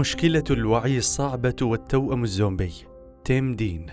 مشكلة الوعي الصعبة والتوأم الزومبي. تيم دين.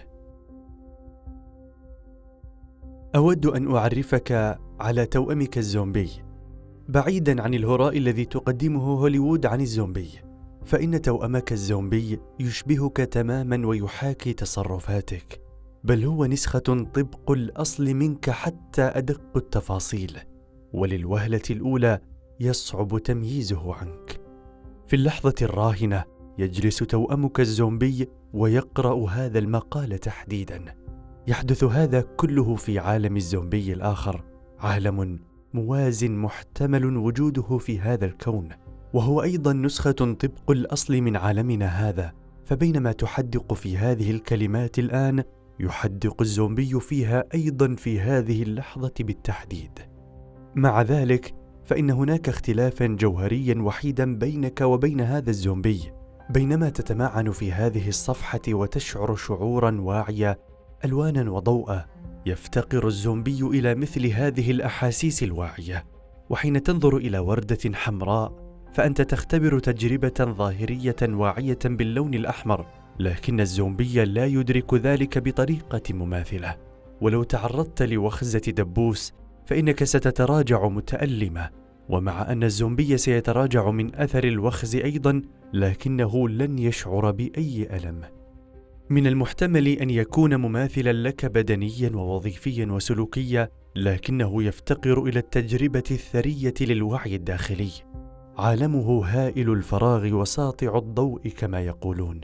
أود أن أعرفك على توأمك الزومبي. بعيداً عن الهراء الذي تقدمه هوليوود عن الزومبي، فإن توأمك الزومبي يشبهك تماماً ويحاكي تصرفاتك، بل هو نسخة طبق الأصل منك حتى أدق التفاصيل، وللوهلة الأولى يصعب تمييزه عنك. في اللحظة الراهنة يجلس توأمك الزومبي ويقرأ هذا المقال تحديداً. يحدث هذا كله في عالم الزومبي الآخر، عالم موازٍ محتمل وجوده في هذا الكون، وهو أيضاً نسخة طبق الأصل من عالمنا هذا. فبينما تحدق في هذه الكلمات الآن، يحدق الزومبي فيها أيضاً في هذه اللحظة بالتحديد. مع ذلك فإن هناك اختلافاً جوهرياً وحيداً بينك وبين هذا الزومبي. بينما تتمعن في هذه الصفحة وتشعر شعوراً واعية، ألواناً وضوءا، يفتقر الزومبي إلى مثل هذه الأحاسيس الواعية. وحين تنظر إلى وردة حمراء فأنت تختبر تجربة ظاهرية واعية باللون الأحمر، لكن الزومبي لا يدرك ذلك بطريقة مماثلة. ولو تعرضت لوخزة دبوس فإنك ستتراجع متألمة، ومع أن الزومبي سيتراجع من أثر الوخز أيضا، لكنه لن يشعر بأي ألم. من المحتمل أن يكون مماثلا لك بدنيا ووظيفيا وسلوكيا، لكنه يفتقر إلى التجربة الثرية للوعي الداخلي. عالمه هائل الفراغ وساطع الضوء كما يقولون.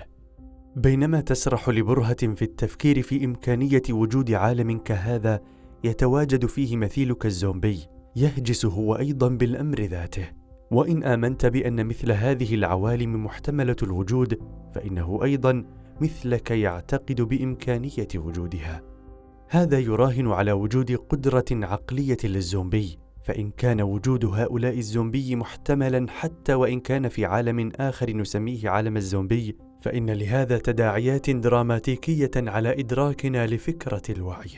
بينما تسرح لبرهة في التفكير في إمكانية وجود عالم كهذا يتواجد فيه مثيلك الزومبي، يهجس هو أيضا بالأمر ذاته. وإن آمنت بأن مثل هذه العوالم محتملة الوجود، فإنه أيضا مثلك يعتقد بإمكانية وجودها. هذا يراهن على وجود قدرة عقلية للزومبي، فإن كان وجود هؤلاء الزومبي محتملا حتى وإن كان في عالم آخر نسميه عالم الزومبي، فإن لهذا تداعيات دراماتيكية على إدراكنا لفكرة الوعي.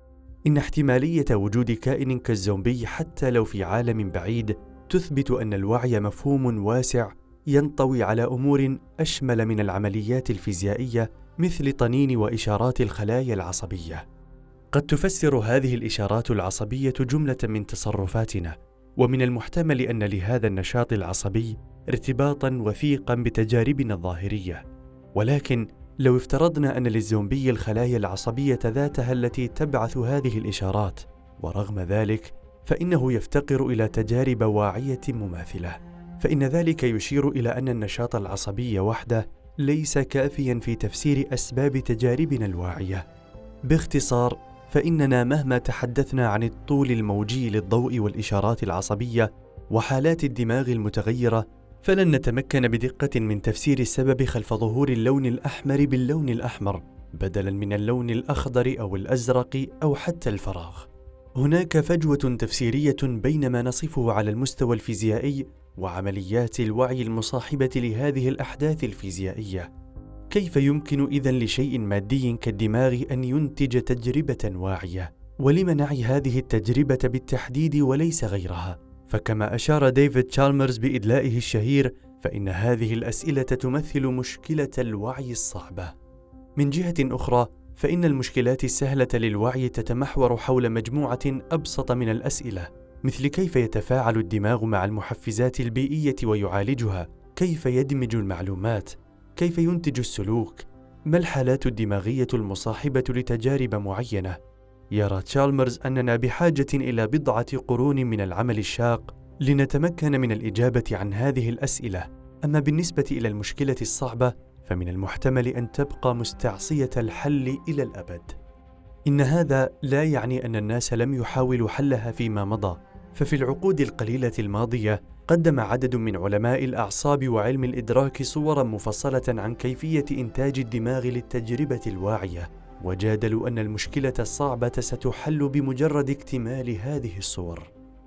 إن احتمالية وجود كائن كالزومبي حتى لو في عالم بعيد تثبت أن الوعي مفهوم واسع ينطوي على أمور أشمل من العمليات الفيزيائية، مثل طنين وإشارات الخلايا العصبية. قد تفسر هذه الإشارات العصبية جملة من تصرفاتنا، ومن المحتمل أن لهذا النشاط العصبي ارتباطاً وثيقاً بتجاربنا الظاهرية. ولكن لو افترضنا أن للزومبي الخلايا العصبية ذاتها التي تبعث هذه الإشارات، ورغم ذلك فإنه يفتقر إلى تجارب واعية مماثلة، فإن ذلك يشير إلى أن النشاط العصبي وحده ليس كافياً في تفسير أسباب تجاربنا الواعية. باختصار، فإننا مهما تحدثنا عن الطول الموجي للضوء والإشارات العصبية وحالات الدماغ المتغيرة، فلن نتمكن بدقة من تفسير السبب خلف ظهور اللون الأحمر باللون الأحمر بدلاً من اللون الأخضر أو الأزرق أو حتى الفراغ. هناك فجوة تفسيرية بين ما نصفه على المستوى الفيزيائي وعمليات الوعي المصاحبة لهذه الأحداث الفيزيائية. كيف يمكن إذن لشيء مادي كالدماغ أن ينتج تجربة واعية؟ ولم نعي هذه التجربة بالتحديد وليس غيرها؟ فكما أشار ديفيد تشالمرز بإدلائه الشهير، فإن هذه الأسئلة تمثل مشكلة الوعي الصعبة. من جهة أخرى، فإن المشكلات السهلة للوعي تتمحور حول مجموعة أبسط من الأسئلة، مثل كيف يتفاعل الدماغ مع المحفزات البيئية ويعالجها، كيف يدمج المعلومات، كيف ينتج السلوك، ما الحالات الدماغية المصاحبة لتجارب معينة. يرى تشالمرز أننا بحاجة إلى بضعة قرون من العمل الشاق لنتمكن من الإجابة عن هذه الأسئلة. أما بالنسبة إلى المشكلة الصعبة فمن المحتمل أن تبقى مستعصية الحل إلى الأبد. إن هذا لا يعني أن الناس لم يحاولوا حلها فيما مضى، ففي العقود القليلة الماضية قدم عدد من علماء الأعصاب وعلم الإدراك صوراً مفصلة عن كيفية إنتاج الدماغ للتجربة الواعية، وجادلوا أن المشكلة الصعبة ستحل بمجرد اكتمال هذه الصور.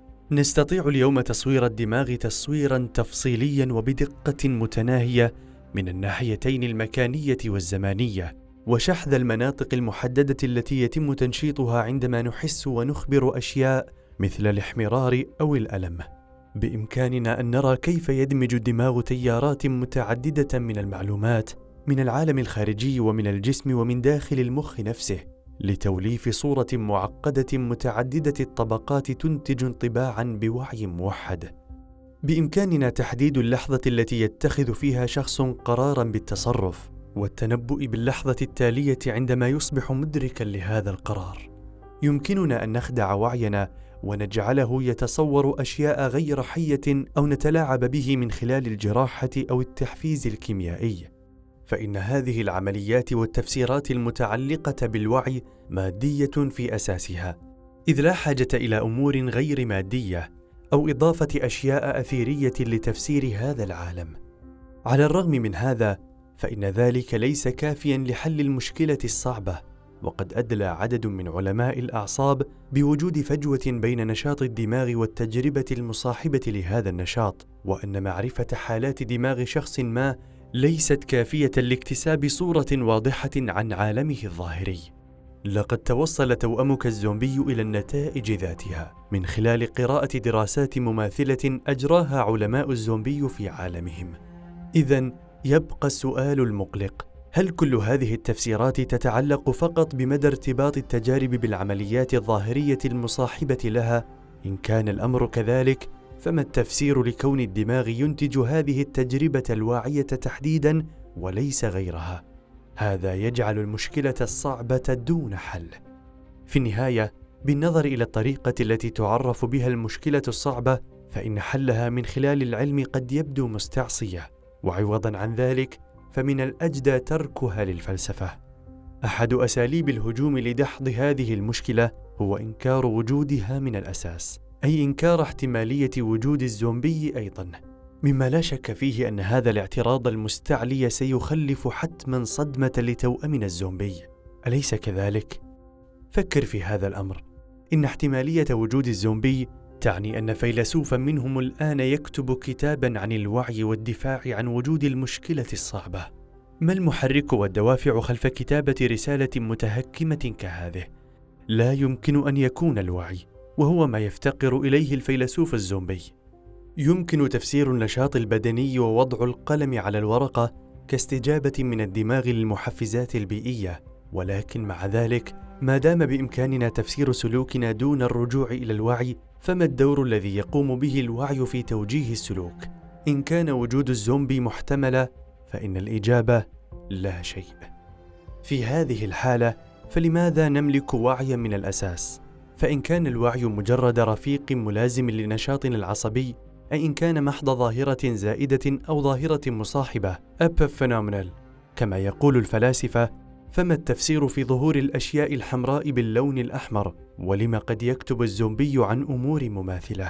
نستطيع اليوم تصوير الدماغ تصويراً تفصيلياً وبدقة متناهية من الناحيتين المكانية والزمانية، وشحذ المناطق المحددة التي يتم تنشيطها عندما نحس ونخبر أشياء مثل الاحمرار أو الألم. بإمكاننا أن نرى كيف يدمج الدماغ تيارات متعددة من المعلومات من العالم الخارجي ومن الجسم ومن داخل المخ نفسه لتوليف صورة معقدة متعددة الطبقات تنتج انطباعاً بوعي موحد. بإمكاننا تحديد اللحظة التي يتخذ فيها شخص قراراً بالتصرف والتنبؤ باللحظة التالية عندما يصبح مدركاً لهذا القرار. يمكننا أن نخدع وعينا ونجعله يتصور أشياء غير حية أو نتلاعب به من خلال الجراحة أو التحفيز الكيميائي، فإن هذه العمليات والتفسيرات المتعلقة بالوعي مادية في أساسها، إذ لا حاجة إلى أمور غير مادية أو إضافة أشياء أثيرية لتفسير هذا العالم. على الرغم من هذا، فإن ذلك ليس كافياً لحل المشكلة الصعبة، وقد أدلى عدد من علماء الأعصاب بوجود فجوة بين نشاط الدماغ والتجربة المصاحبة لهذا النشاط، وأن معرفة حالات دماغ شخص ما ليست كافية لاكتساب صورة واضحة عن عالمه الظاهري. لقد توصل توأمك الزومبي إلى النتائج ذاتها من خلال قراءة دراسات مماثلة أجراها علماء الزومبي في عالمهم. إذن يبقى السؤال المقلق: هل كل هذه التفسيرات تتعلق فقط بمدى ارتباط التجارب بالعمليات الظاهرية المصاحبة لها؟ إن كان الأمر كذلك، فما التفسير لكون الدماغ ينتج هذه التجربة الواعية تحديداً وليس غيرها؟ هذا يجعل المشكلة الصعبة دون حل. في النهاية، بالنظر إلى الطريقة التي تعرف بها المشكلة الصعبة، فإن حلها من خلال العلم قد يبدو مستعصية، وعوضاً عن ذلك فمن الأجدى تركها للفلسفة. أحد أساليب الهجوم لدحض هذه المشكلة هو إنكار وجودها من الأساس، أي إنكار احتمالية وجود الزومبي أيضاً، مما لا شك فيه أن هذا الاعتراض المستعلي سيخلف حتماً صدمة لتوأمنا الزومبي، أليس كذلك؟ فكر في هذا الأمر. إن احتمالية وجود الزومبي تعني أن فيلسوفاً منهم الآن يكتب كتاباً عن الوعي والدفاع عن وجود المشكلة الصعبة. ما المحرك والدوافع خلف كتابة رسالة متهكمة كهذه؟ لا يمكن أن يكون الوعي، وهو ما يفتقر إليه الفيلسوف الزومبي. يمكن تفسير النشاط البدني ووضع القلم على الورقة كاستجابة من الدماغ للمحفزات البيئية، ولكن مع ذلك، ما دام بإمكاننا تفسير سلوكنا دون الرجوع إلى الوعي، فما الدور الذي يقوم به الوعي في توجيه السلوك؟ إن كان وجود الزومبي محتملا، فإن الإجابة لا شيء. في هذه الحالة، فلماذا نملك وعيا من الأساس؟ فإن كان الوعي مجرد رفيق ملازم لنشاطنا العصبي، أي إن كان محض ظاهرة زائدة أو ظاهرة مصاحبة epiphenomenal كما يقول الفلاسفة، فما التفسير في ظهور الأشياء الحمراء باللون الأحمر؟ ولما قد يكتب الزومبي عن أمور مماثلة؟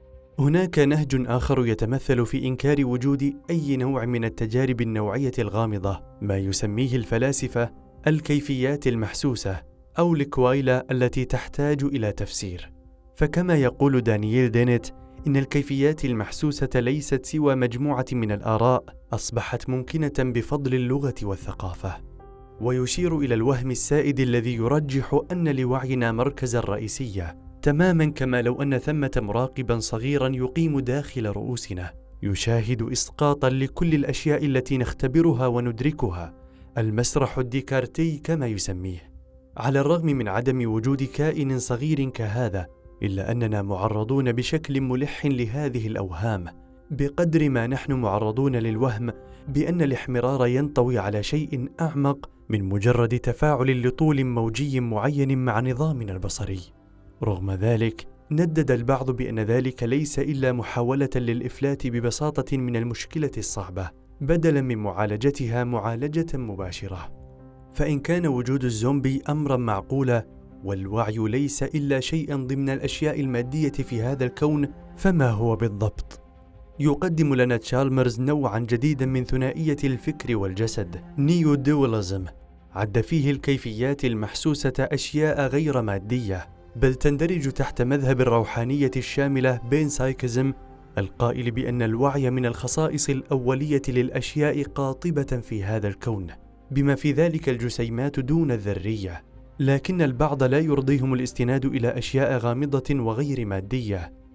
هناك نهج آخر يتمثل في إنكار وجود أي نوع من التجارب النوعية الغامضة، ما يسميه الفلاسفة الكيفيات المحسوسة أو الكوايلا التي تحتاج إلى تفسير. فكما يقول دانييل دينيت، إن الكيفيات المحسوسة ليست سوى مجموعة من الآراء أصبحت ممكنة بفضل اللغة والثقافة، ويشير إلى الوهم السائد الذي يرجح أن لوعينا مركزاً رئيسياً، تماماً كما لو أن ثمة مراقباً صغيراً يقيم داخل رؤوسنا، يشاهد إسقاطاً لكل الأشياء التي نختبرها وندركها، المسرح الديكارتي كما يسميه. على الرغم من عدم وجود كائن صغير كهذا، إلا أننا معرضون بشكل ملح لهذه الأوهام، بقدر ما نحن معرضون للوهم بأن الاحمرار ينطوي على شيء أعمق من مجرد تفاعل لطول موجي معين مع نظامنا البصري. رغم ذلك، ندد البعض بأن ذلك ليس إلا محاولة للإفلات ببساطة من المشكلة الصعبة، بدلاً من معالجتها معالجة مباشرة. فإن كان وجود الزومبي أمراً معقولا، والوعي ليس إلا شيئاً ضمن الأشياء المادية في هذا الكون، فما هو بالضبط؟ يقدم لنا تشالمرز نوعاً جديداً من ثنائية الفكر والجسد، نيو دواليزم، عد فيه الكيفيات المحسوسة أشياء غير مادية، بل تندرج تحت مذهب الروحانية الشاملة بين سايكيزم، القائل بأن الوعي من الخصائص الأولية للأشياء قاطبة في هذا الكون، بما في ذلك الجسيمات دون الذرية. لكن البعض لا يرضيهم الاستناد إلى أشياء غامضة وغير مادية،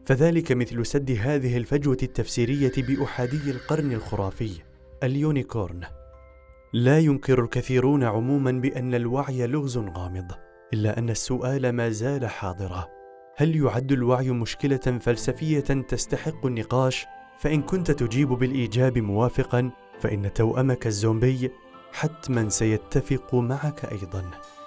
فذلك مثل سد هذه الفجوة التفسيرية بأحادي القرن الخرافي اليونيكورن. لا ينكر الكثيرون عموما بأن الوعي لغز غامض، إلا أن السؤال ما زال حاضرا: هل يعد الوعي مشكلة فلسفية تستحق النقاش؟ فإن كنت تجيب بالإيجاب موافقا، فإن توأمك الزومبي حتما سيتفق معك أيضا.